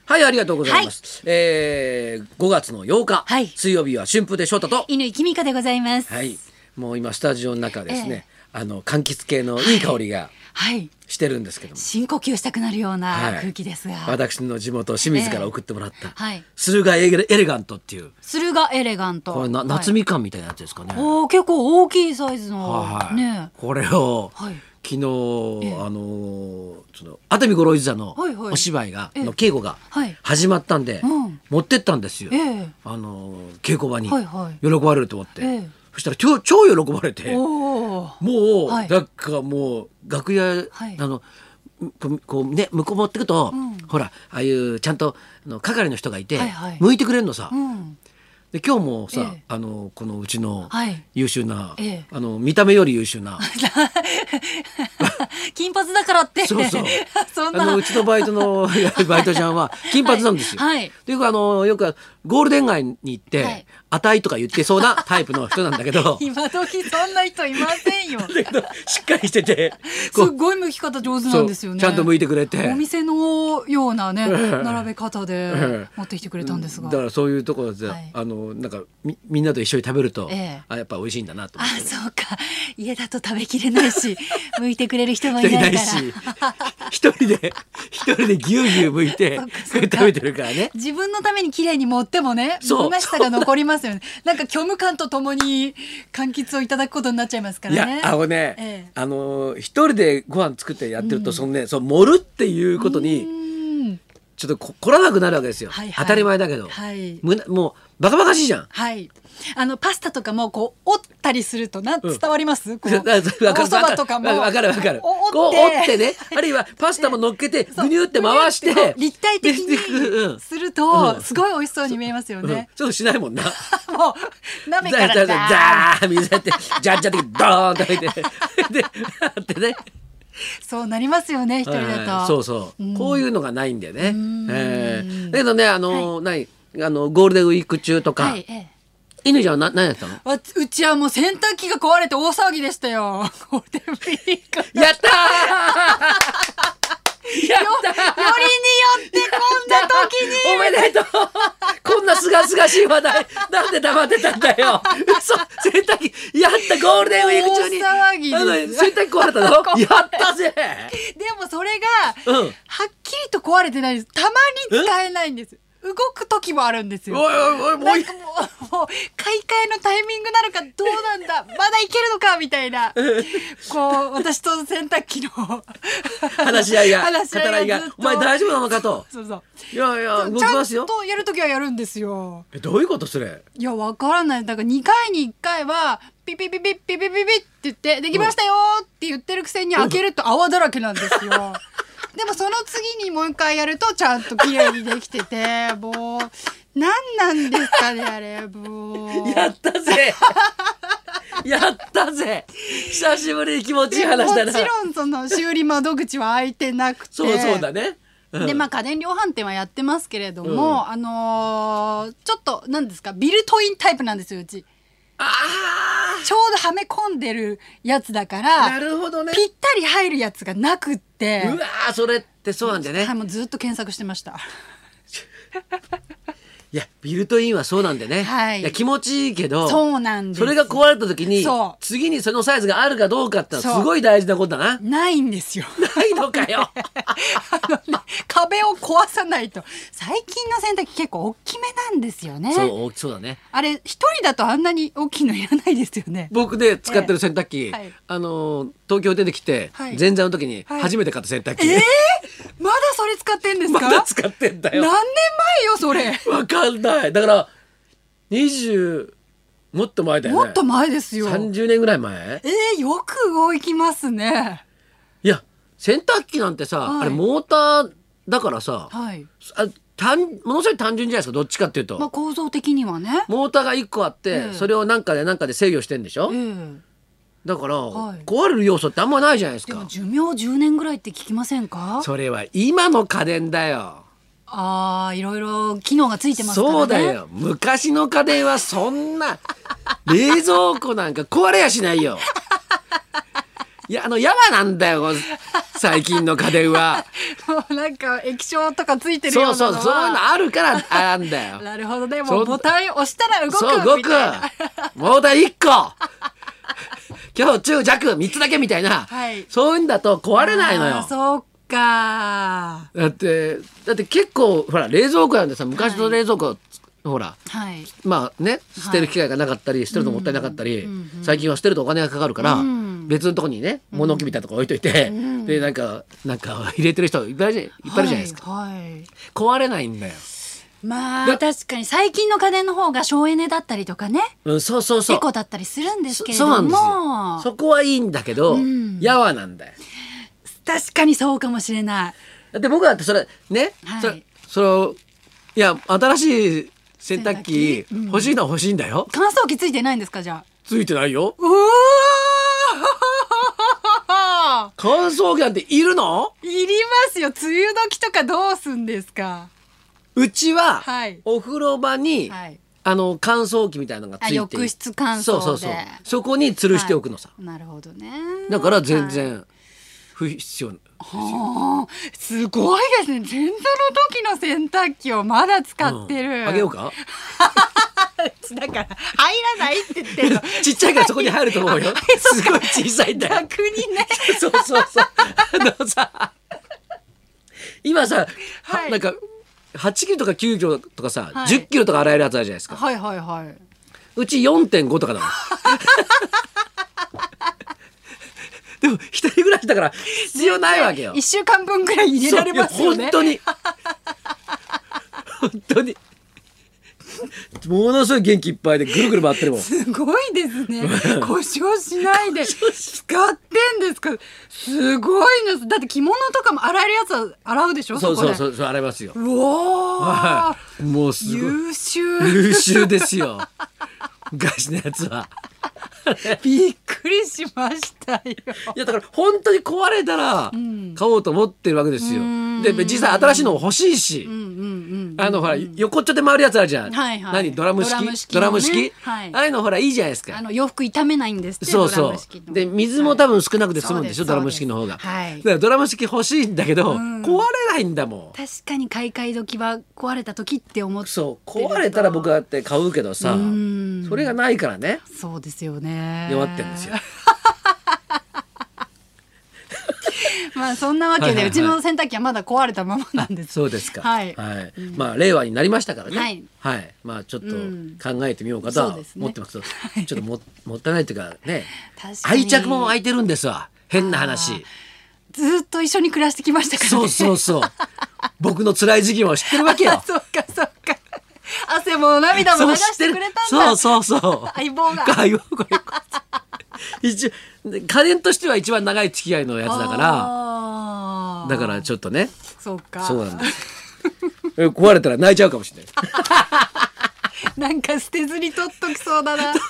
はい、ありがとうございます。5月の8日、 はい水曜日は春風亭昇太と、 犬井美香でございます。 はい、もう今スタジオの中ですね、柑橘系のいい香りがはい。 してるんですけども、 深呼吸したくなるようはない空気ですが。 私の地元清水から送ってもらった、 はい駿河エレガントっていう、 駿河エレガント。 これ夏みかんみたいなやつですかね。 おー、結構大きいサイズの、 はい、 ね。 これを、 はい昨日、その熱海五郎一座のはいはいお芝居が、の稽古がはい始まったんで、 うん持ってったんですよ、 ええ稽古場に、 はいはい喜ばれると思って、 ええそしたら超喜ばれて、 おー。 もう、 はいなんかもう楽屋、 はいこうね向こう持ってくと、 んほらああいうちゃんと係の人がいて、 はいはい向いてくれるのさ、 うん。 で今日もさ、 ええこのうちのはい優秀な、 ええ見た目より優秀な金髪だからってそうそうそんなうちのバイトのバイトちゃんは金髪なんですよ。 はいはいというかよくゴールデン街に行って、 はいあたいとか言ってそうなタイプの人なんだけど今時そんな人いませんよ。 だけどしっかりしててすっごい剥き方上手なんですよね。 そうちゃんと剥いてくれて、 お店のようなね、 え並べ方で持ってきてくれたんですが。 だからそういうところで、 はいなんかみんなと一緒に食べると、 ええやっぱ美味しいんだなと思あ、 って。 そうか。家だと食べきれないし、剥いてくれる人もい人いないから。 ないし一人でぎゅうぎゅう剥いてそっかそっか食べてるからね。 自分のために綺麗に盛ってもね、 そう虚しさが残りますよね。なんか虚無感とともに柑橘をいただくことになっちゃいますかいらね。 やええ一人でご飯作ってやってると、そのねそう盛るっていうことにうんちょっと凝らなくなるわけですよ、 はいはい当たり前だけど、 はいもうバカバカしいじゃん。 はい。パスタとかもこう折ったりすると伝わります？こうわかるお蕎麦とかもわかるわかる。 おこう折って折ってね、あるいはパスタも乗っけてそうぐにゅって回してこう立体的うんにするうんとすごい美味しそうに見えますようんね。 ちょっとしないもんな。 もう鍋からザザーンー水やってジャッジャってドーンと置いてでってね。 そうなりますよね、一人だと。 はいそうそう、 うんこういうのがないんだよね。 んだけどねゴールデンウィーク中とか、 はい、 犬ちゃんは何やったの？ うちはもう洗濯機が壊れて大騒ぎでしたよ。ゴールデンウィーク。 やったーやったよりによってこんな時におめでとうこんなすがすがしい話題なんで黙ってたんだよ。嘘洗濯機やったゴールデンウィーク中に大騒ぎです洗濯機壊れたのやったぜ。 でもそれが、 うんはっきりと壊れてないです。たまに使えないんです。動く時もあるんですよ。 おいおいおいもうなんかもう買い替えのタイミングなのかどうなんだまだいけるのかみたいなこう私と洗濯機の話し合いが話し合働いがいがずっとお前大丈夫なのかと。 そうそういやいや動きちゃんますよ。 とやる時はやるんですよ。 どういうことそれ？ いやわからない。だから2回に1回はピピピピピピピピって言ってできましたよって言ってるくせに開けると泡だらけなんですよ。でもその次にもう一回やるとちゃんと綺麗にできててもう何なんですかねあれもう。 やったぜやったぜ久しぶりに気持ちいい話だな。 もちろんその修理窓口は開いてなくてそうだね。うんで家電量販店はやってますけれども、ちょっと何ですかビルトインタイプなんですようち。 あちょうどはめ込んでるやつだかあらなるほどね。 ぴったり入るやつがなくってうわーそれってそうなんだよね。 はい、もうずっと検索してました。 いやビルトインはそうなんでね、 はいや気持ちいいけどそうなんですそれが壊れた時にそう次にそのサイズがあるかどうかってのはそうすごい大事なことだな。 ないんですよ。 ないのかよ壁を壊さないと。最近の洗濯機結構大きめなんですよね。 そうだね。 あれ一人だとあんなに大きいのいらないですよね。 僕で使ってる洗濯機、 ええはい東京出てきて、 はい前座の時にはい初めて買った洗濯機、 まだそれ使ってんですか？ まだ使ってんだよ。 何年前よそれ。 わかんない。だから20もっと前だよね。 もっと前ですよ。 30年ぐらい前。 よく動きますね。 いや洗濯機なんてさ、 はいあれモーターだからさ、 はい。 ものすごい単純じゃないですか。どっちかっていうと、 構造的にはね。 モーターが1個あって、 ええそれをなんかで制御してんでしょ、だから、 はい壊れる要素ってあんまないじゃないですか。 でも寿命10年ぐらいって聞きませんか？ それは今の家電だよ。 いろいろ機能がついてますからね。 そうだよ。昔の家電はそんな冷蔵庫なんか壊れやしないよ。 いややわなんだよ最近の家電は。 もうなんか液晶とかついてるようなのは。 そういうのあるからあんだよ。 なるほどね。もうボタン押したら動くそう動くみたいな。 ボタン1個強中弱3つだけみたいな、 はい、 そういうんだと壊れないのよ。 そうか。 だって結構ほら冷蔵庫なんでさ、昔の冷蔵庫、はい、ほら、はい、まあね捨てる機会がなかったり、捨てるのもったいなかったり、最近は捨てるとお金がかかるから、別のところにね物置みたいなとこ置いといて、でなんか入れてる人いっぱいいるじゃないですか、はい、壊れないんだよ。 まあ確かに最近の家電の方が省エネだったりとかね、 そうエコだったりするんですけれども、 そうなんですよ。そこはいいんだけど、やわなんだよ。 確かにそうかもしれない。 だって僕だってそれね、はい、いや新しい洗濯機欲しいのは欲しいんだよ。 乾燥機ついてないんですか？じゃあついてないよ。 うわ乾燥機なんているの？ いりますよ。梅雨時とかどうすんですか？ うちは、はい、お風呂場に、はい、乾燥機みたいなのがついて浴室乾燥でそこに吊るしておくのさ、 はい、なるほどね。 だから全然不必要、 はあ、すごいですね。前座の時の洗濯機をまだ使ってる、 あげようかだから入らないって言ってるのちっちゃいからそこに入ると思うよすごい小さいんだよ。 逆にねそうさ今さ、はい、なんか8キロとか9キロとかさ、はい、10キロとか洗えるやつあるじゃないですか。 はいはいはい。 うち 4.5 とかだもんでも一人暮らしだから必要ないわけよ。 1週間分くらい入れられますよね。 本当に本当にものすごい元気いっぱいでぐるぐる回ってるもん。 すごいですね。故障しないで使ってんですか？すごいです。だって着物とかも洗えるやつは洗うでしょ？ そう洗いますよ。 うわー、もうすごい優秀ですよ昔のやつはびっくりしましたよ。 いやだから本当に壊れたら買おうと思ってるわけですよ。で実際新しいのも欲しいし、ほら横っちょで回るやつあるじゃん、はいはい、何ドラム式、はい、ああいうのほらいいじゃないですか。 洋服傷めないんですって。 そうで水も多分少なくて済むんでしょ、ドラム式の方が、はい、だからドラム式欲しいんだけど、壊れないんだもん。 確かに買い替え時は壊れた時って思ってる。 そう壊れたら僕だって買うけどさ、それがないからね。 そうですよね。 弱ってんですよまあそんなわけでうちの洗濯機はまだ壊れたままなんです。 そうですか。 はい、 まあ令和になりましたからね。 はい、 まあちょっと考えてみようかとは思ってますけど、ちょっともったいないというかね、愛着も湧いてるんですわ。変な話。 ずっと一緒に暮らしてきましたからね。 そう僕の辛い時期も知ってるわけよ。 そうか汗も涙も流してくれたんだ。 そう相棒がこれ家電としては一番長い付き合いのやつだからちょっとね。 そうなんです壊れたら泣いちゃうかもしれないなんか捨てずに取っときそうだな。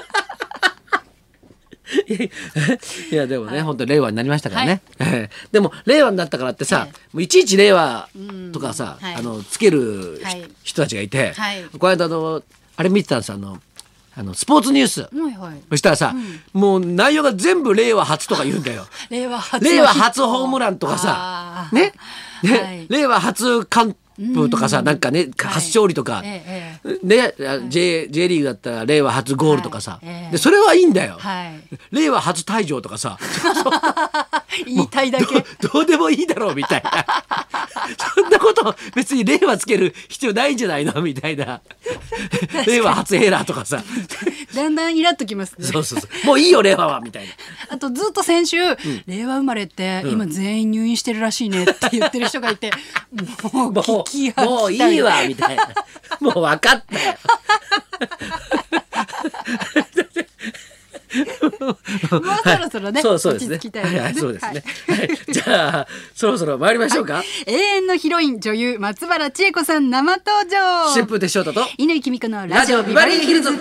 いやでもね、本当令和になりましたからね、でも令和になったからってさ、もういちいち令和とかさ、つける人たちがいて、この間あれ見てたんですよ、スポーツニュース、そしたらさ、もう内容が全部令和初とか言うんだよ。令和初ホームランとかさね、令和初完とかさ、なんかね初勝利とか、ね、J リーグだったら令和初ゴールとかさ、でそれはいいんだよ、令和初退場とかさ言いたいだけどうでもいいだろうみたいなそんなこと別に令和つける必要ないんじゃないのみたいな令和初エラーとかさだんだんイラっときますね。 そうもういいよ令和はみたいな。 あとずっと先週、令和生まれって今全員入院してるらしいねって言ってる人がいて、もう聞き飽きた。 もういいわみたいな。もう分かったよもうそろそろね、落ち着きたいですね。 じゃあそろそろ参りましょうか。 永遠のヒロイン女優松原千恵子さん生登場。 春風亭昇太と乾きみ子のラジオビバリーヒルズ。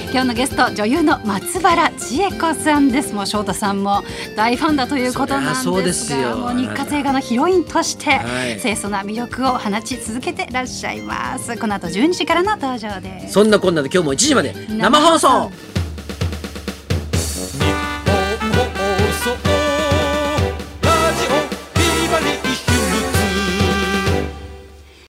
今日のゲスト女優の松原千恵子さんです。もう翔太さんも大ファンだということなんですが、もう日活映画のヒロインとして清楚な魅力を放ち続けてらっしゃいます。この後12時からの登場です。 そんなこんなで今日も1時まで生放送。 ラジオビバリーヒルズ